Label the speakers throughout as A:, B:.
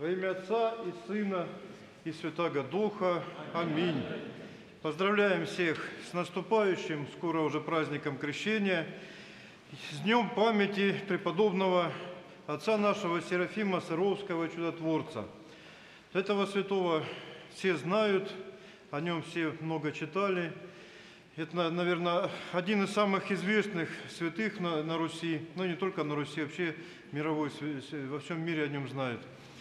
A: Во имя Отца и Сына и Святаго Духа. Аминь. Поздравляем всех с наступающим, скоро уже праздником Крещения, с днем памяти преподобного отца нашего Серафима Саровского, чудотворца. Этого святого все знают, о нем все много читали. Это, наверное, один из самых известных святых на Руси, но не только на Руси, вообще мировой, во всем мире о нем знают.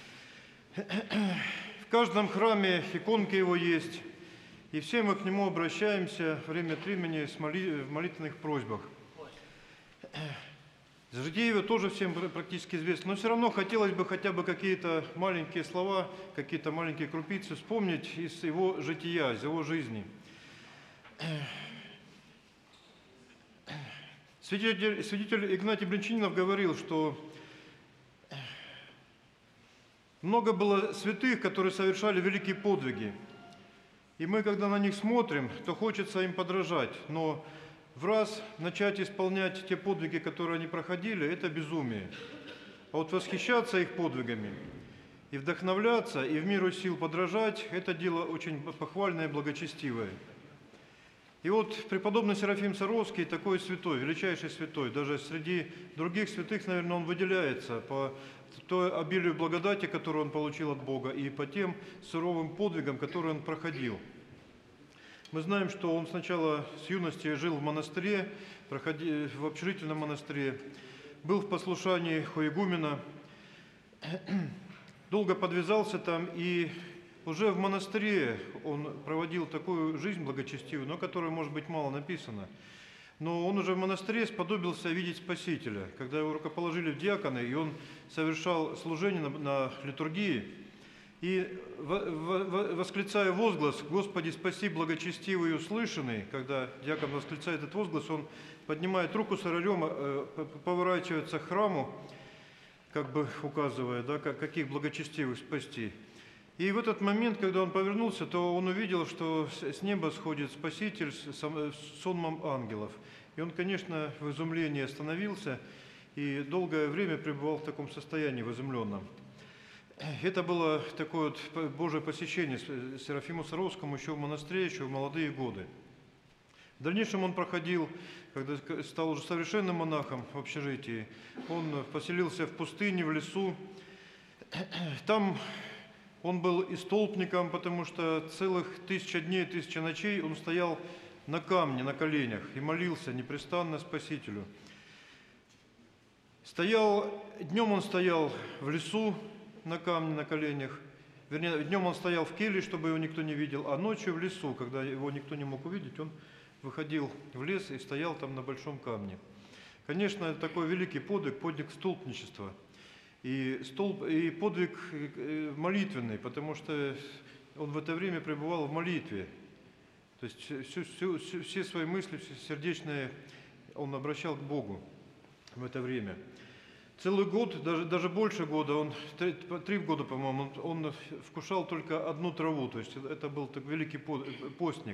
A: В каждом храме иконки его есть, и все мы к нему обращаемся время от времени в молитвенных просьбах. Житие его тоже всем практически известно, но все равно хотелось бы хотя бы какие-то маленькие слова, какие-то маленькие крупицы вспомнить из его жития, из его жизни. Святитель Игнатий Брянчанинов говорил, что много было святых, которые совершали великие подвиги. И мы, когда на них смотрим, то хочется им подражать. Но в раз начать исполнять те подвиги, которые они проходили, это безумие. А вот восхищаться их подвигами и вдохновляться, и в меру сил подражать, это дело очень похвальное и благочестивое. И вот преподобный Серафим Саровский такой святой, величайший святой. Даже среди других святых, наверное, он выделяется по той обилию благодати, которую он получил от Бога, и по тем суровым подвигам, которые он проходил. Мы знаем, что он сначала с юности жил в монастыре, в общежительном монастыре, был в послушании у игумена, долго подвязался там, и уже в монастыре он проводил такую жизнь благочестивую, но о которой, может быть, мало написано. Но он уже в монастыре сподобился видеть Спасителя, когда его рукоположили в диаконы, и он совершал служение на литургии. И, восклицая возглас «Господи, спаси благочестивый и услышанный», когда диакон восклицает этот возглас, он поднимает руку с орелем, поворачивается к храму, как бы указывая, да, каких благочестивых спасти. И в этот момент, когда он повернулся, то он увидел, что с неба сходит Спаситель с сонмом ангелов. И он, конечно, в изумлении остановился и долгое время пребывал в таком состоянии, в изумленном. Это было такое вот Божие посещение Серафиму Саровскому еще в монастыре, еще в молодые годы. В дальнейшем он проходил, когда стал уже совершенным монахом в общежитии, он поселился в пустыне, в лесу. Там он был и столпником, потому что целых 1000 дней, 1000 ночей он стоял на камне, на коленях и молился непрестанно Спасителю. Днем он стоял в лесу на камне, на коленях. Вернее, днем он стоял в келье, чтобы его никто не видел, а ночью в лесу, когда его никто не мог увидеть, он выходил в лес и стоял там на большом камне. Конечно, это такой великий подвиг столпничества. И подвиг молитвенный, потому что он в это время пребывал в молитве. То есть все свои мысли, все сердечные он обращал к Богу в это время. Целый год, даже больше года, 3 года, по-моему, он вкушал только одну траву. То есть это был так великий постник.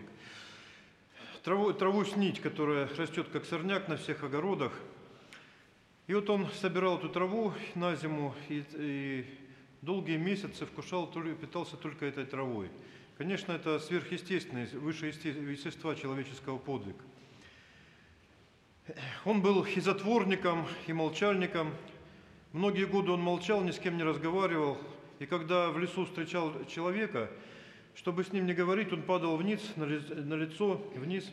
A: Траву снить, которая растет как сорняк на всех огородах. И вот он собирал эту траву на зиму и долгие месяцы питался только этой травой. Конечно, это сверхъестественное, выше естества человеческого подвиг. Он был и затворником, и молчальником. Многие годы он молчал, ни с кем не разговаривал. И когда в лесу встречал человека, чтобы с ним не говорить, он падал вниз, на лицо, вниз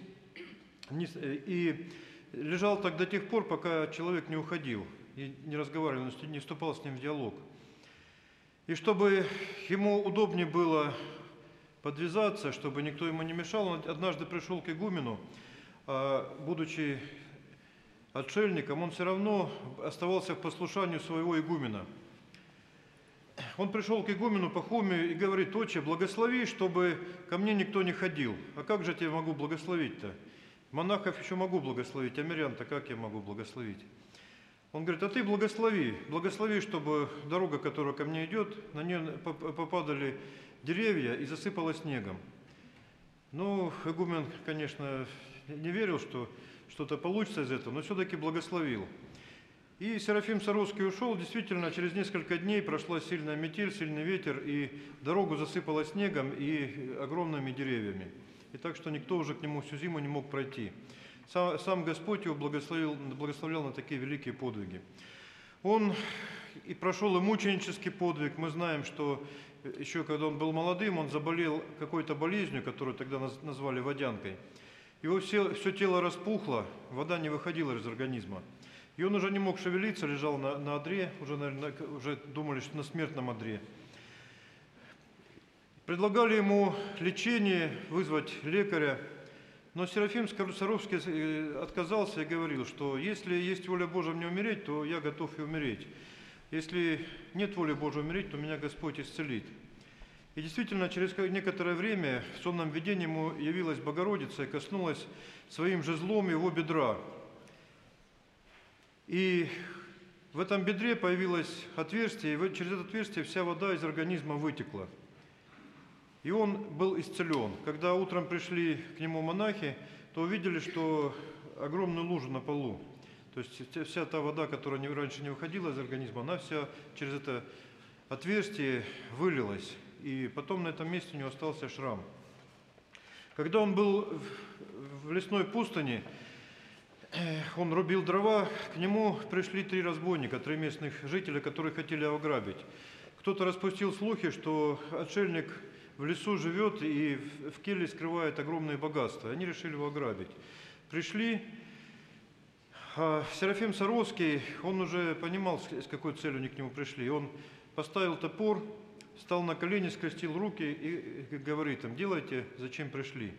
A: и лежал так до тех пор, пока человек не уходил и не разговаривал, не вступал с ним в диалог. И чтобы ему удобнее было подвязаться, чтобы никто ему не мешал, он однажды пришел к игумену, будучи отшельником, он все равно оставался в послушании своего игумена. Он пришел к игумену Пахомию и говорит: «Отче, благослови, чтобы ко мне никто не ходил». «А как же я тебя могу благословить-то? Монахов еще могу благословить, а мирян-то как я могу благословить?» Он говорит: «А ты благослови, чтобы дорога, которая ко мне идет, на нее попадали деревья и засыпало снегом». Ну, игумен, конечно, не верил, что что-то получится из этого, но все-таки благословил. И Серафим Саровский ушел. Действительно, через несколько дней прошла сильная метель, сильный ветер, и дорогу засыпало снегом и огромными деревьями. И так что никто уже к нему всю зиму не мог пройти. Сам Господь его благословлял на такие великие подвиги. Он и прошел и мученический подвиг. Мы знаем, что еще когда он был молодым, он заболел какой-то болезнью, которую тогда назвали водянкой. Его все тело распухло, вода не выходила из организма. И он уже не мог шевелиться, лежал на одре, уже думали, что на смертном одре. Предлагали ему лечение, вызвать лекаря, но Серафим Саровский отказался и говорил, что если есть воля Божия мне умереть, то я готов и умереть. Если нет воли Божией умереть, то меня Господь исцелит. И действительно, через некоторое время в сонном видении ему явилась Богородица и коснулась своим жезлом его бедра. И в этом бедре появилось отверстие, и через это отверстие вся вода из организма вытекла. И он был исцелен. Когда утром пришли к нему монахи, то увидели, что огромную лужу на полу. То есть вся та вода, которая раньше не выходила из организма, она вся через это отверстие вылилась. И потом на этом месте у него остался шрам. Когда он был в лесной пустыне, он рубил дрова, к нему пришли 3 разбойника, 3 местных жителя, которые хотели его ограбить. Кто-то распустил слухи, что отшельник в лесу живет и в келье скрывает огромные богатства. Они решили его ограбить. Пришли, а Серафим Саровский, он уже понимал, с какой целью они к нему пришли. Он поставил топор, встал на колени, скрестил руки и говорит им: делайте, зачем пришли.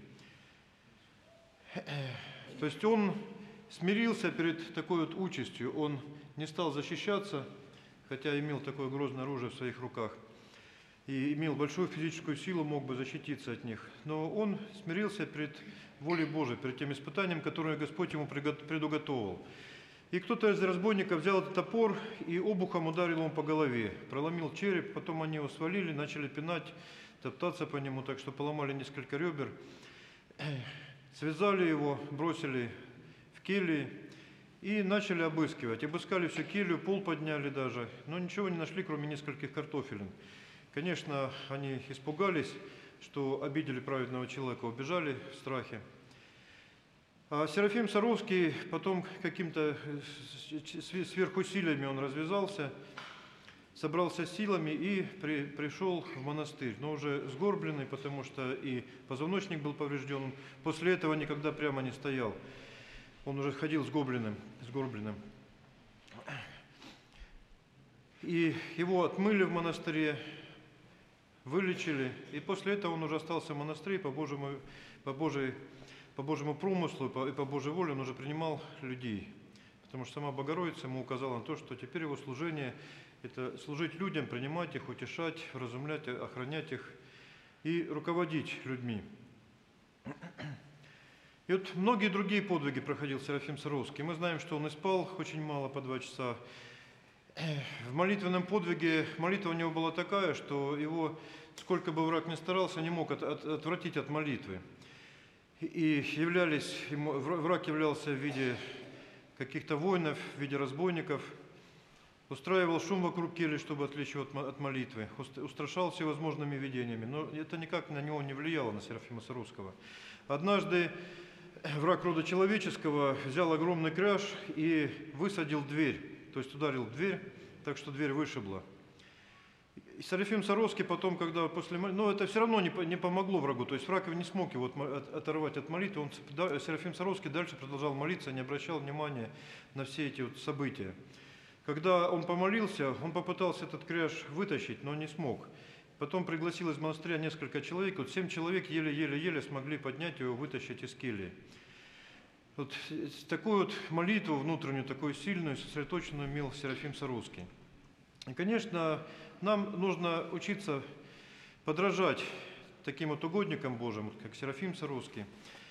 A: То есть он смирился перед такой вот участью, он не стал защищаться, хотя имел такое грозное оружие в своих руках и имел большую физическую силу, мог бы защититься от них. Но он смирился перед волей Божией, перед тем испытанием, которое Господь ему предуготовил. И кто-то из разбойников взял этот топор и обухом ударил ему по голове, проломил череп, потом они его свалили, начали пинать, топтаться по нему, так что поломали несколько ребер, связали его, бросили в кельи и начали обыскивать. Обыскали всю келью, пол подняли даже, но ничего не нашли, кроме нескольких картофелин. Конечно, они испугались, что обидели праведного человека, убежали в страхе. А Серафим Саровский потом каким-то сверхусилиями он развязался, собрался силами и пришел в монастырь, но уже сгорбленный, потому что и позвоночник был поврежден. После этого никогда прямо не стоял. Он уже ходил сгорбленным. И его отмыли в монастыре, вылечили, и после этого он уже остался в монастыре по Божьему промыслу и по Божьей воле он уже принимал людей. Потому что сама Богородица ему указала на то, что теперь его служение – это служить людям, принимать их, утешать, вразумлять, охранять их и руководить людьми. И вот многие другие подвиги проходил Серафим Саровский. Мы знаем, что он и спал очень мало, по 2 часа. В молитвенном подвиге молитва у него была такая, что его, сколько бы враг ни старался, не мог отвратить от молитвы. И враг являлся в виде каких-то воинов, в виде разбойников, устраивал шум вокруг кельи, чтобы отвлечь его от молитвы, устрашал всевозможными видениями, но это никак на него не влияло, на Серафима Саровского. Однажды враг рода человеческого взял огромный кряж и высадил дверь, то есть ударил в дверь, так что дверь вышибла. И Серафим Саровский потом, когда но это все равно не помогло врагу, то есть враг не смог его оторвать от молитвы, Серафим Саровский дальше продолжал молиться, не обращал внимания на все эти вот события. Когда он помолился, он попытался этот кряж вытащить, но не смог. Потом пригласил из монастыря несколько человек, 7 человек еле-еле смогли поднять его, вытащить из кельи. Вот такую вот молитву внутреннюю, такую сильную, сосредоточенную имел Серафим Саровский. И, конечно, нам нужно учиться подражать таким вот угодникам Божьим, как Серафим Саровский.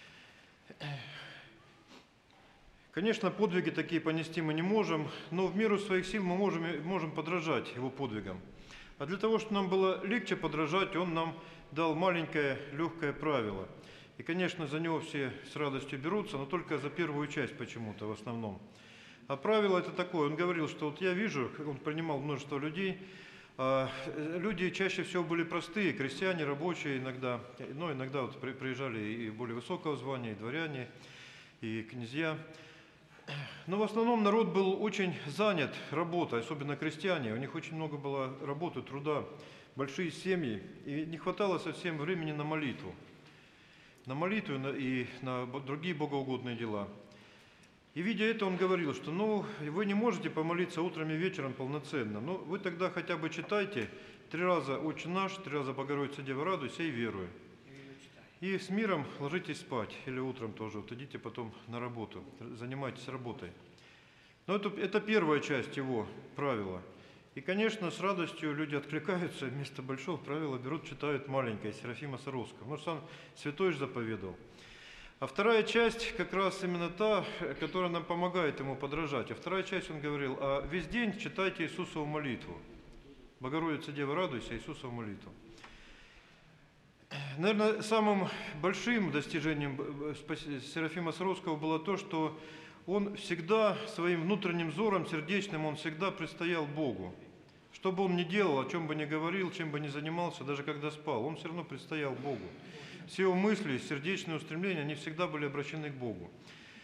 A: Конечно, подвиги такие понести мы не можем, но в меру своих сил мы можем подражать его подвигам. А для того, чтобы нам было легче подражать, он нам дал маленькое, легкое правило. И, конечно, за него все с радостью берутся, но только за первую часть почему-то в основном. А правило это такое, он говорил, что вот я вижу, как он принимал множество людей, люди чаще всего были простые, крестьяне, рабочие иногда, но иногда вот приезжали и более высокого звания, и дворяне, и князья. Но в основном народ был очень занят работой, особенно крестьяне. У них очень много было работы, труда, большие семьи, и не хватало совсем времени на молитву. На молитву и на другие богоугодные дела. И видя это, он говорил, что вы не можете помолиться утром и вечером полноценно, но вы тогда хотя бы читайте 3 раза «Отче наш», 3 раза «Богородица Дева, радуйся» и «Веруй». И с миром ложитесь спать, или утром тоже, вот идите потом на работу, занимайтесь работой. Но это первая часть его правила. И, конечно, с радостью люди откликаются, вместо большого правила берут, читают маленькое, Серафима Саровского. Ну, сам Святой же заповедовал. А вторая часть как раз именно та, которая нам помогает ему подражать. А вторая часть, он говорил, весь день читайте Иисусову молитву. Богородица Дева, радуйся, Иисусову молитву. Наверное, самым большим достижением Серафима Саровского было то, что он всегда своим внутренним взором, сердечным, он всегда предстоял Богу. Что бы он ни делал, о чем бы ни говорил, чем бы ни занимался, даже когда спал, он все равно предстоял Богу. Все его мысли, сердечные устремления, они всегда были обращены к Богу.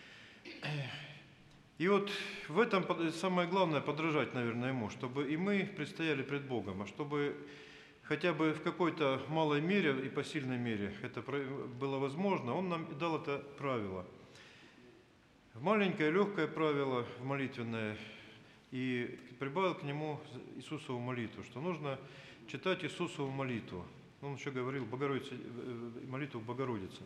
A: И вот в этом самое главное подражать, наверное, ему, чтобы и мы предстояли пред Богом, а чтобы хотя бы в какой-то малой мере и посильной мере это было возможно, он нам дал это правило. Маленькое, легкое правило молитвенное, и прибавил к нему Иисусову молитву, что нужно читать Иисусову молитву. Он еще говорил молитву Богородицы.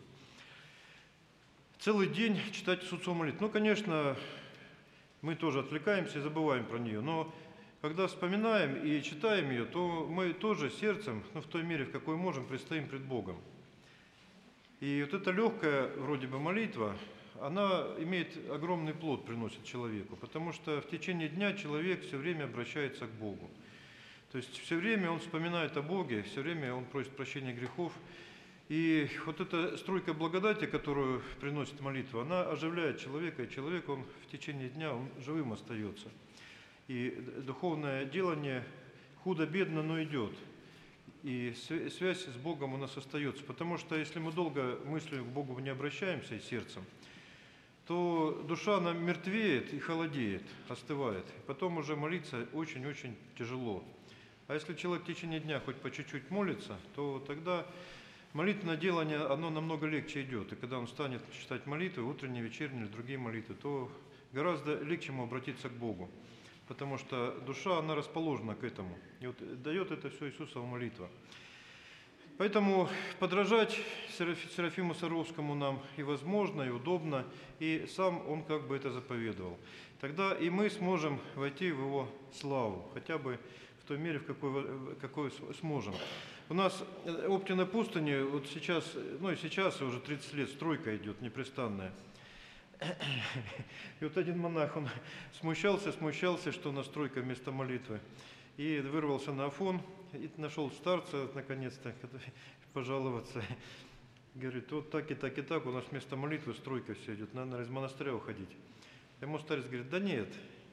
A: Целый день читать Иисусову молитву. Конечно, мы тоже отвлекаемся и забываем про нее, но когда вспоминаем и читаем ее, то мы тоже сердцем, в той мере, в какой можем, предстоим пред Богом. И вот эта легкая вроде бы молитва, она имеет огромный плод, приносит человеку, потому что в течение дня человек все время обращается к Богу. То есть все время он вспоминает о Боге, все время он просит прощения грехов. И вот эта струйка благодати, которую приносит молитва, она оживляет человека, и человек, он в течение дня, он живым остается. И духовное делание худо-бедно, но идет. И связь с Богом у нас остается. Потому что если мы долго мыслью к Богу не обращаемся и сердцем, то душа она мертвеет и холодеет, остывает. И потом уже молиться очень-очень тяжело. А если человек в течение дня хоть по чуть-чуть молится, то тогда молитвенное делание, оно намного легче идет. И когда он станет читать молитвы, утренние, вечерние или другие молитвы, то гораздо легче ему обратиться к Богу. Потому что душа, она расположена к этому. И вот дает это все Иисусова молитва. Поэтому подражать Серафиму Саровскому нам и возможно, и удобно, и сам он как бы это заповедовал. Тогда и мы сможем войти в его славу, хотя бы в той мере, в какой сможем. У нас Оптина пустыня, вот сейчас, и сейчас уже 30 лет стройка идет непрестанная. И вот один монах, он смущался, что настройка вместо молитвы. И вырвался на Афон, и нашел старца, наконец-то, пожаловаться. Говорит, вот так и так и так, у нас вместо молитвы стройка все идет, надо из монастыря уходить. Ему старец говорит, да нет,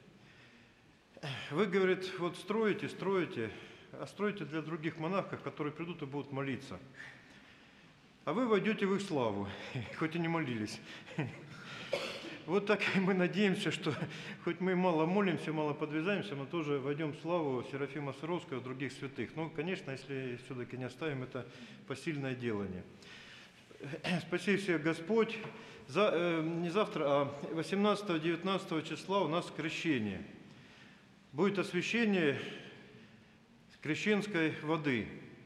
A: вы, говорит, вот строите, а строите для других монахов, которые придут и будут молиться. А вы войдете в их славу, хоть и не молились. Вот так и мы надеемся, что хоть мы мало молимся, мало подвязаемся, но тоже войдем в славу Серафима Саровского и других святых. Но, конечно, если все-таки не оставим это посильное делание. Спаси всех Господь. Не завтра, а 18-19 числа у нас крещение. Будет освящение крещенской воды.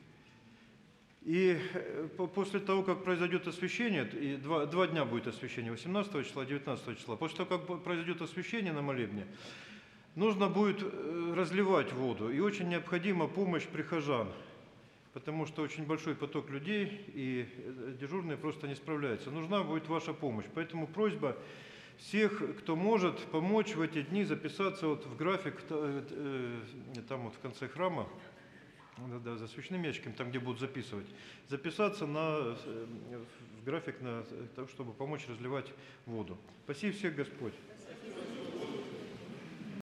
A: И после того, как произойдет освящение, и два дня будет освящение, 18 числа, 19 числа, после того, как произойдет освящение на молебне, нужно будет разливать воду, и очень необходима помощь прихожан, потому что очень большой поток людей, и дежурные просто не справляются. Нужна будет ваша помощь, поэтому просьба всех, кто может помочь в эти дни, записаться вот в график, там вот в конце храма, да, за свечным ящиком, там, где будут записывать, записаться в график, чтобы помочь разливать воду. Спаси всех Господь.